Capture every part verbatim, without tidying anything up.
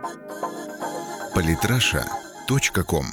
политраша точка ком.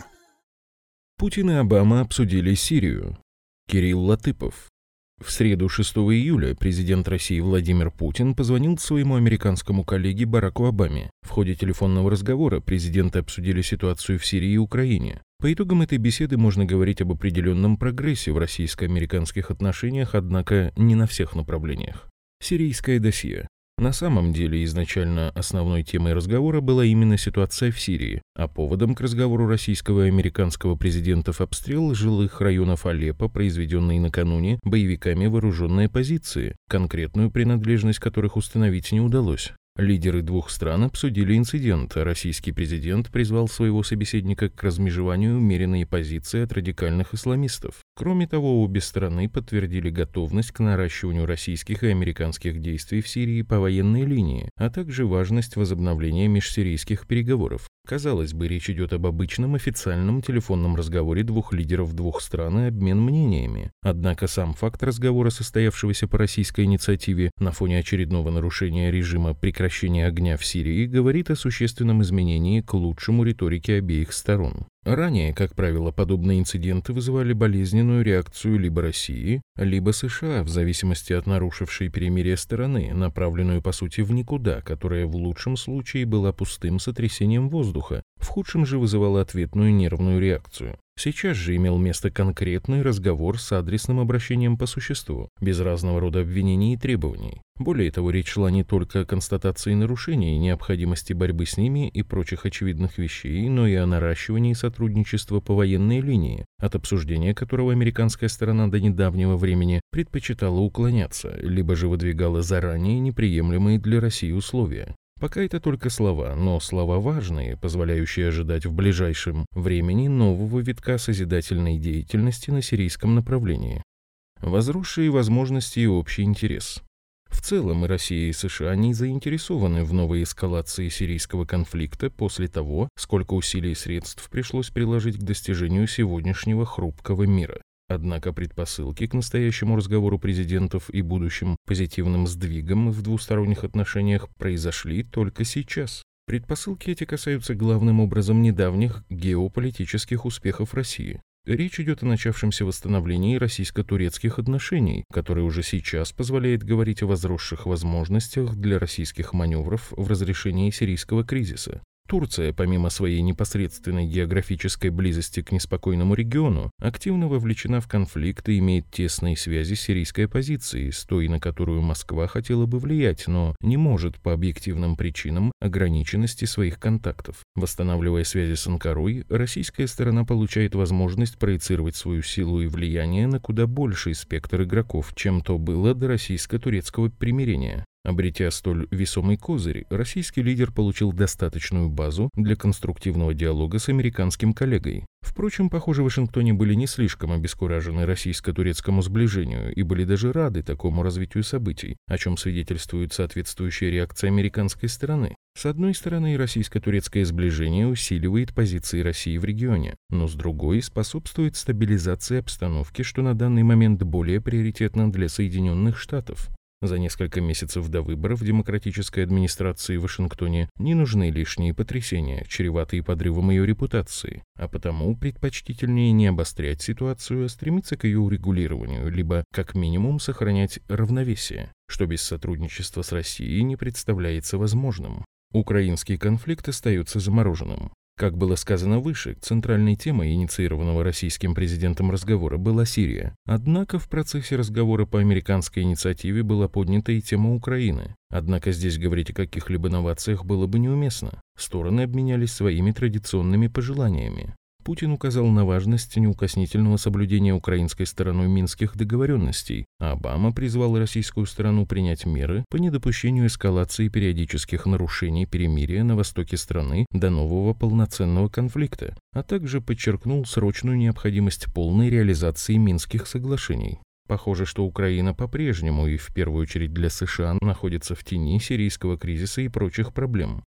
Путин и Обама обсудили Сирию. Кирилл Латыпов. В среду шестого июля президент России Владимир Путин позвонил своему американскому коллеге Бараку Обаме. В ходе телефонного разговора президенты обсудили ситуацию в Сирии и Украине. По итогам этой беседы можно говорить об определенном прогрессе в российско-американских отношениях, однако не на всех направлениях. Сирийское досье. На самом деле, изначально основной темой разговора была именно ситуация в Сирии, а поводом к разговору российского и американского президентов обстрел жилых районов Алеппо, произведенный накануне боевиками вооруженной оппозиции, конкретную принадлежность которых установить не удалось. Лидеры двух стран обсудили инцидент, а российский президент призвал своего собеседника к размежеванию умеренной позиции от радикальных исламистов. Кроме того, обе стороны подтвердили готовность к наращиванию российских и американских действий в Сирии по военной линии, а также важность возобновления межсирийских переговоров. Казалось бы, речь идет об обычном официальном телефонном разговоре двух лидеров двух стран и обмен мнениями. Однако сам факт разговора, состоявшегося по российской инициативе на фоне очередного нарушения режима прекращения огня в Сирии, говорит о существенном изменении к лучшему риторики обеих сторон. Ранее, как правило, подобные инциденты вызывали болезненную реакцию либо России, либо США, в зависимости от нарушившей перемирие стороны, направленную по сути в никуда, которая в лучшем случае была пустым сотрясением воздуха, в худшем же вызывала ответную нервную реакцию. Сейчас же имел место конкретный разговор с адресным обращением по существу, без разного рода обвинений и требований. Более того, речь шла не только о констатации нарушений, необходимости борьбы с ними и прочих очевидных вещей, но и о наращивании сотрудничества по военной линии, от обсуждения которого американская сторона до недавнего времени предпочитала уклоняться, либо же выдвигала заранее неприемлемые для России условия. Пока это только слова, но слова важные, позволяющие ожидать в ближайшем времени нового витка созидательной деятельности на сирийском направлении. Возросшие возможности и общий интерес. В целом и Россия, и США не заинтересованы в новой эскалации сирийского конфликта после того, сколько усилий и средств пришлось приложить к достижению сегодняшнего хрупкого мира. Однако предпосылки к настоящему разговору президентов и будущим позитивным сдвигам в двусторонних отношениях произошли только сейчас. Предпосылки эти касаются главным образом недавних геополитических успехов России. Речь идет о начавшемся восстановлении российско-турецких отношений, которое уже сейчас позволяет говорить о возросших возможностях для российских маневров в разрешении сирийского кризиса. Турция, помимо своей непосредственной географической близости к неспокойному региону, активно вовлечена в конфликт и имеет тесные связи с сирийской оппозицией, с той, на которую Москва хотела бы влиять, но не может по объективным причинам ограниченности своих контактов. Восстанавливая связи с Анкарой, российская сторона получает возможность проецировать свою силу и влияние на куда больший спектр игроков, чем то было до российско-турецкого примирения. Обретя столь весомый козырь, российский лидер получил достаточную базу для конструктивного диалога с американским коллегой. Впрочем, похоже, в Вашингтоне были не слишком обескуражены российско-турецкому сближению и были даже рады такому развитию событий, о чем свидетельствует соответствующая реакция американской стороны. С одной стороны, российско-турецкое сближение усиливает позиции России в регионе, но с другой способствует стабилизации обстановки, что на данный момент более приоритетно для Соединенных Штатов. За несколько месяцев до выборов демократической администрации в Вашингтоне не нужны лишние потрясения, чреватые подрывом ее репутации, а потому предпочтительнее не обострять ситуацию, а стремиться к ее урегулированию, либо, как минимум, сохранять равновесие, что без сотрудничества с Россией не представляется возможным. Украинский конфликт остается замороженным. Как было сказано выше, центральной темой инициированного российским президентом разговора была Сирия. Однако в процессе разговора по американской инициативе была поднята и тема Украины. Однако здесь говорить о каких-либо новациях было бы неуместно. Стороны обменялись своими традиционными пожеланиями. Путин указал на важность неукоснительного соблюдения украинской стороной минских договоренностей, а Обама призвал российскую сторону принять меры по недопущению эскалации периодических нарушений перемирия на востоке страны до нового полноценного конфликта, а также подчеркнул срочную необходимость полной реализации Минских соглашений. Похоже, что Украина по-прежнему и в первую очередь для США находится в тени сирийского кризиса и прочих проблем.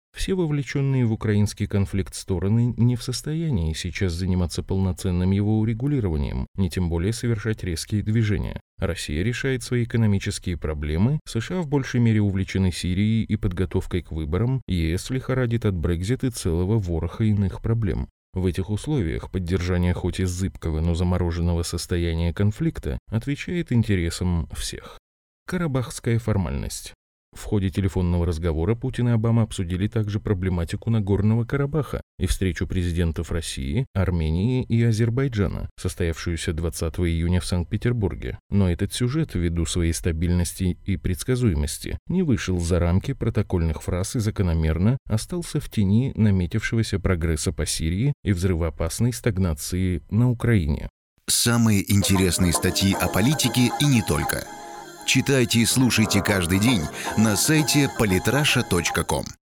Все вовлеченные в украинский конфликт стороны не в состоянии сейчас заниматься полноценным его урегулированием, не тем более совершать резкие движения. Россия решает свои экономические проблемы, США в большей мере увлечены Сирией и подготовкой к выборам, ЕС лихорадит от Брексит и целого вороха иных проблем. В этих условиях поддержание хоть и зыбкого, но замороженного состояния конфликта отвечает интересам всех. Карабахская формальность. В ходе телефонного разговора Путин и Обама обсудили также проблематику Нагорного Карабаха и встречу президентов России, Армении и Азербайджана, состоявшуюся двадцатого июня в Санкт-Петербурге. Но этот сюжет, ввиду своей стабильности и предсказуемости, не вышел за рамки протокольных фраз и закономерно остался в тени наметившегося прогресса по Сирии и взрывоопасной стагнации на Украине. Самые интересные статьи о политике и не только. Читайте и слушайте каждый день на сайте политраша точка ком.